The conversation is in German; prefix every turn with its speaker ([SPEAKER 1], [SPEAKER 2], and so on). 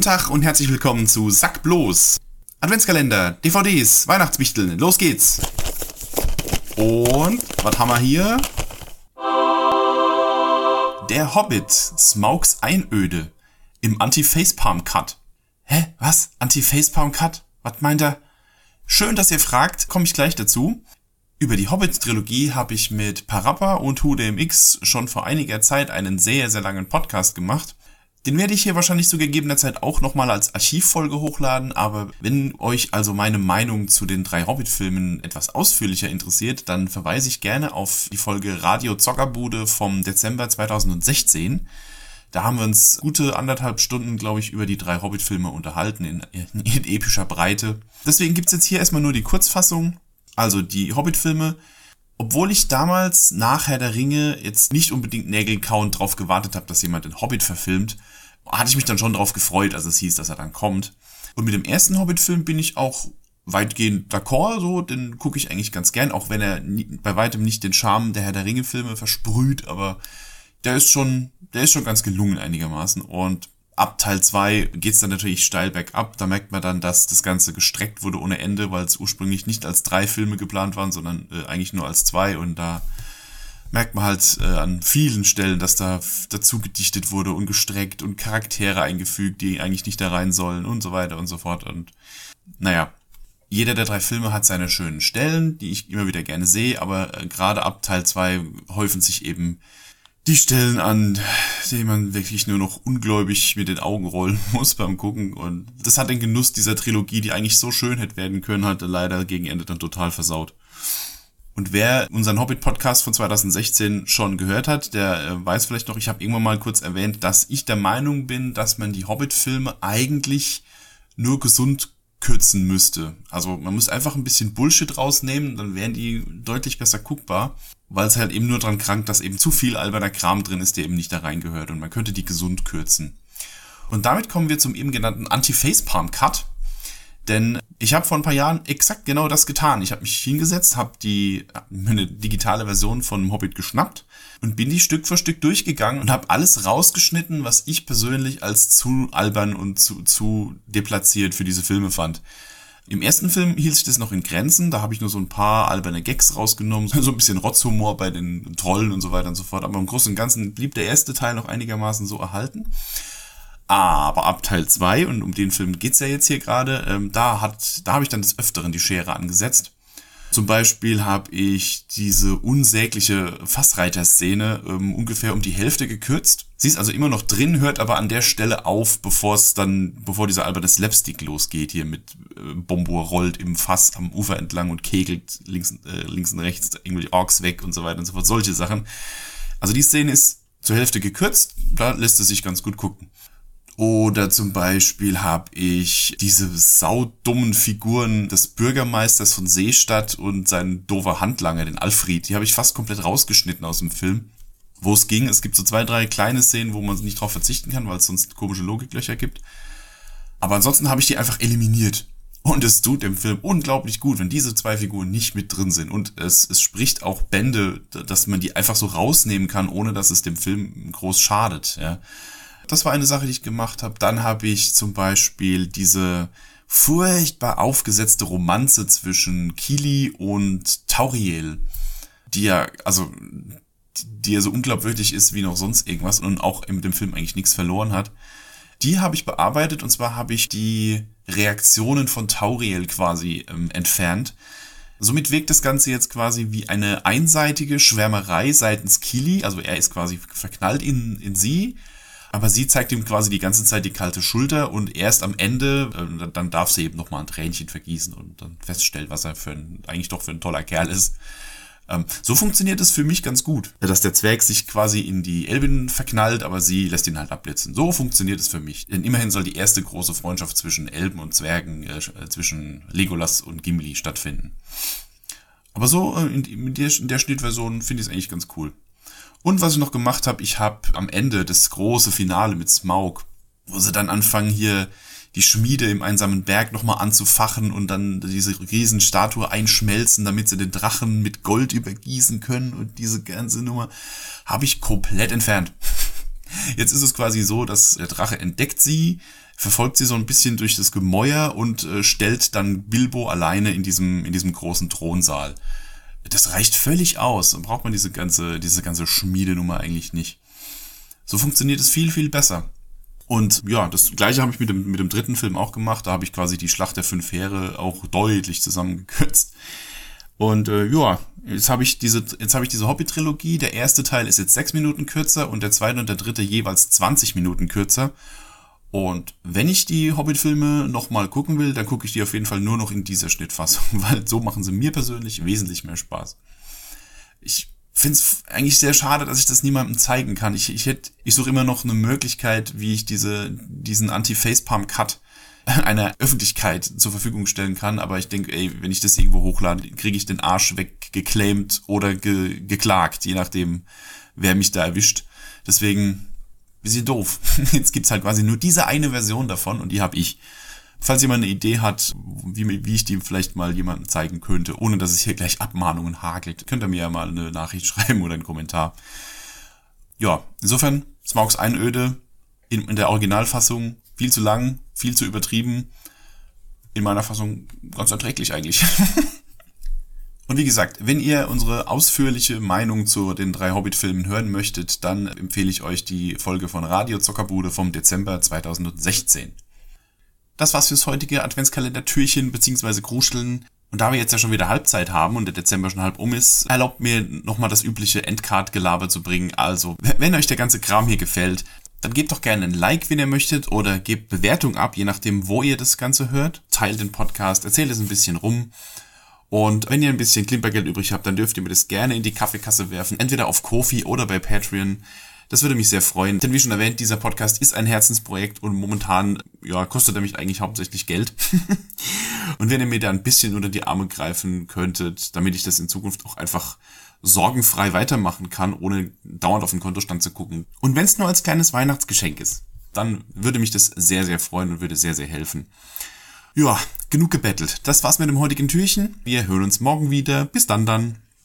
[SPEAKER 1] Tag und herzlich willkommen zu Sack bloß. Adventskalender, DVDs, Weihnachtswichteln, los geht's. Und, was haben wir hier? Der Hobbit, Smaugs Einöde im Anti-Facepalm-Cut. Hä? Was? Anti-Facepalm-Cut? Was meint er? Schön, dass ihr fragt, komme ich gleich dazu. Über die Hobbit-Trilogie habe ich mit Parappa und HuDMX schon vor einiger Zeit einen sehr, sehr langen Podcast gemacht. Den werde ich hier wahrscheinlich zu gegebener Zeit auch nochmal als Archivfolge hochladen, aber wenn euch also meine Meinung zu den 3 Hobbit-Filmen etwas ausführlicher interessiert, dann verweise ich gerne auf die Folge Radio Zockerbude vom Dezember 2016. Da haben wir uns gute 1,5 Stunden, glaube ich, über die 3 Hobbit-Filme unterhalten in epischer Breite. Deswegen gibt's jetzt hier erstmal nur die Kurzfassung, also die Hobbit-Filme. Obwohl ich damals nach Herr der Ringe jetzt nicht unbedingt nägelkauend drauf gewartet habe, dass jemand den Hobbit verfilmt, hatte ich mich dann schon drauf gefreut, als es hieß, dass er dann kommt. Und mit dem ersten Hobbit-Film bin ich auch weitgehend d'accord, so, den gucke ich eigentlich ganz gern, auch wenn er bei weitem nicht den Charme der Herr der Ringe-Filme versprüht, aber der ist schon ganz gelungen einigermaßen. Und ab Teil 2 geht's dann natürlich steil bergab. Da merkt man dann, dass das Ganze gestreckt wurde ohne Ende, weil es ursprünglich nicht als 3 Filme geplant waren, sondern eigentlich nur als 2. Und da merkt man halt an vielen Stellen, dass da dazu gedichtet wurde und gestreckt und Charaktere eingefügt, die eigentlich nicht da rein sollen und so weiter und so fort. Und naja, jeder der 3 Filme hat seine schönen Stellen, die ich immer wieder gerne sehe, aber gerade ab Teil 2 häufen sich eben die Stellen an, die man wirklich nur noch ungläubig mit den Augen rollen muss beim Gucken. Und das hat den Genuss dieser Trilogie, die eigentlich so schön hätte werden können, halt leider gegen Ende dann total versaut. Und wer unseren Hobbit-Podcast von 2016 schon gehört hat, der weiß vielleicht noch, ich habe irgendwann mal kurz erwähnt, dass ich der Meinung bin, dass man die Hobbit-Filme eigentlich nur gesund kürzen müsste. Also man muss einfach ein bisschen Bullshit rausnehmen, dann wären die deutlich besser guckbar, weil es halt eben nur dran krankt, dass eben zu viel alberner Kram drin ist, der eben nicht da reingehört, und man könnte die gesund kürzen. Und damit kommen wir zum eben genannten Anti-Facepalm-Cut, denn ich habe vor ein paar Jahren exakt genau das getan. Ich habe mich hingesetzt, habe eine digitale Version von Hobbit geschnappt und bin die Stück für Stück durchgegangen und habe alles rausgeschnitten, was ich persönlich als zu albern und zu deplatziert für diese Filme fand. Im ersten Film hielt sich das noch in Grenzen, da habe ich nur so ein paar alberne Gags rausgenommen, so ein bisschen Rotzhumor bei den Trollen und so weiter und so fort, aber im Großen und Ganzen blieb der erste Teil noch einigermaßen so erhalten. Aber ab Teil 2, und um den Film geht's ja jetzt hier gerade, da habe ich dann des Öfteren die Schere angesetzt. Zum Beispiel habe ich diese unsägliche Fassreiter-Szene ungefähr um die Hälfte gekürzt. Sie ist also immer noch drin, hört aber an der Stelle auf, bevor dieser alberne Slapstick losgeht, hier mit Bombo rollt im Fass am Ufer entlang und kegelt links und rechts irgendwelche Orks weg und so weiter und so fort, solche Sachen. Also die Szene ist zur Hälfte gekürzt, da lässt es sich ganz gut gucken. Oder zum Beispiel habe ich diese saudummen Figuren des Bürgermeisters von Seestadt und seinen doofer Handlanger, den Alfred, die habe ich fast komplett rausgeschnitten aus dem Film. Wo es ging, es gibt so 2, 3 kleine Szenen, wo man nicht drauf verzichten kann, weil es sonst komische Logiklöcher gibt. Aber ansonsten habe ich die einfach eliminiert. Und es tut dem Film unglaublich gut, wenn diese 2 Figuren nicht mit drin sind. Und es spricht auch Bände, dass man die einfach so rausnehmen kann, ohne dass es dem Film groß schadet, ja. Das war eine Sache, die ich gemacht habe. Dann habe ich zum Beispiel diese furchtbar aufgesetzte Romanze zwischen Kili und Tauriel, die ja so unglaubwürdig ist wie noch sonst irgendwas und auch mit dem Film eigentlich nichts verloren hat. Die habe ich bearbeitet, und zwar habe ich die Reaktionen von Tauriel quasi entfernt. Somit wirkt das Ganze jetzt quasi wie eine einseitige Schwärmerei seitens Kili. Also er ist quasi verknallt in sie, aber sie zeigt ihm quasi die ganze Zeit die kalte Schulter, und erst am Ende, dann darf sie eben nochmal ein Tränchen vergießen und dann feststellen, was er eigentlich doch für ein toller Kerl ist. So funktioniert es für mich ganz gut, dass der Zwerg sich quasi in die Elbin verknallt, aber sie lässt ihn halt abblitzen. So funktioniert es für mich. Denn immerhin soll die erste große Freundschaft zwischen Elben und Zwergen, zwischen Legolas und Gimli stattfinden. Aber so in der Schnittversion finde ich es eigentlich ganz cool. Und was ich noch gemacht habe, ich habe am Ende das große Finale mit Smaug, wo sie dann anfangen, hier die Schmiede im einsamen Berg nochmal anzufachen und dann diese Riesenstatue einschmelzen, damit sie den Drachen mit Gold übergießen können, und diese ganze Nummer habe ich komplett entfernt. Jetzt ist es quasi so, dass der Drache entdeckt sie, verfolgt sie so ein bisschen durch das Gemäuer und stellt dann Bilbo alleine in diesem großen Thronsaal. Das reicht völlig aus. Dann braucht man diese ganze Schmiedenummer eigentlich nicht. So funktioniert es viel, viel besser. Und ja, das gleiche habe ich mit dem dritten Film auch gemacht. Da habe ich quasi die Schlacht der 5 Heere auch deutlich zusammengekürzt. Und jetzt habe ich diese Hobbit-Trilogie. Der erste Teil ist jetzt 6 Minuten kürzer und der zweite und der dritte jeweils 20 Minuten kürzer. Und wenn ich die Hobbit-Filme nochmal gucken will, dann gucke ich die auf jeden Fall nur noch in dieser Schnittfassung, weil so machen sie mir persönlich wesentlich mehr Spaß. Ich finde es eigentlich sehr schade, dass ich das niemandem zeigen kann. Ich suche immer noch eine Möglichkeit, wie ich diesen Anti-Facepalm-Cut einer Öffentlichkeit zur Verfügung stellen kann, aber ich denke, wenn ich das irgendwo hochlade, kriege ich den Arsch weggeclaimt oder geklagt, je nachdem, wer mich da erwischt. Deswegen bisschen doof. Jetzt gibt's halt quasi nur diese eine Version davon und die habe ich. Falls jemand eine Idee hat, wie ich die vielleicht mal jemandem zeigen könnte, ohne dass es hier gleich Abmahnungen hagelt, könnt ihr mir ja mal eine Nachricht schreiben oder einen Kommentar. Ja, insofern, Smaugs Einöde in der Originalfassung viel zu lang, viel zu übertrieben. In meiner Fassung ganz erträglich eigentlich. Und wie gesagt, wenn ihr unsere ausführliche Meinung zu den 3 Hobbit-Filmen hören möchtet, dann empfehle ich euch die Folge von Radio Zockerbude vom Dezember 2016. Das war's fürs heutige Adventskalender-Türchen bzw. Kruscheln. Und da wir jetzt ja schon wieder Halbzeit haben und der Dezember schon halb um ist, erlaubt mir nochmal das übliche Endcard-Gelaber zu bringen. Also, wenn euch der ganze Kram hier gefällt, dann gebt doch gerne ein Like, wenn ihr möchtet, oder gebt Bewertung ab, je nachdem, wo ihr das Ganze hört. Teilt den Podcast, erzählt es ein bisschen rum. Und wenn ihr ein bisschen Klimpergeld übrig habt, dann dürft ihr mir das gerne in die Kaffeekasse werfen, entweder auf Ko-fi oder bei Patreon. Das würde mich sehr freuen, denn wie schon erwähnt, dieser Podcast ist ein Herzensprojekt und momentan kostet er mich eigentlich hauptsächlich Geld. Und wenn ihr mir da ein bisschen unter die Arme greifen könntet, damit ich das in Zukunft auch einfach sorgenfrei weitermachen kann, ohne dauernd auf den Kontostand zu gucken. Und wenn es nur als kleines Weihnachtsgeschenk ist, dann würde mich das sehr, sehr freuen und würde sehr, sehr helfen. Ja, genug gebettelt. Das war's mit dem heutigen Türchen. Wir hören uns morgen wieder. Bis dann.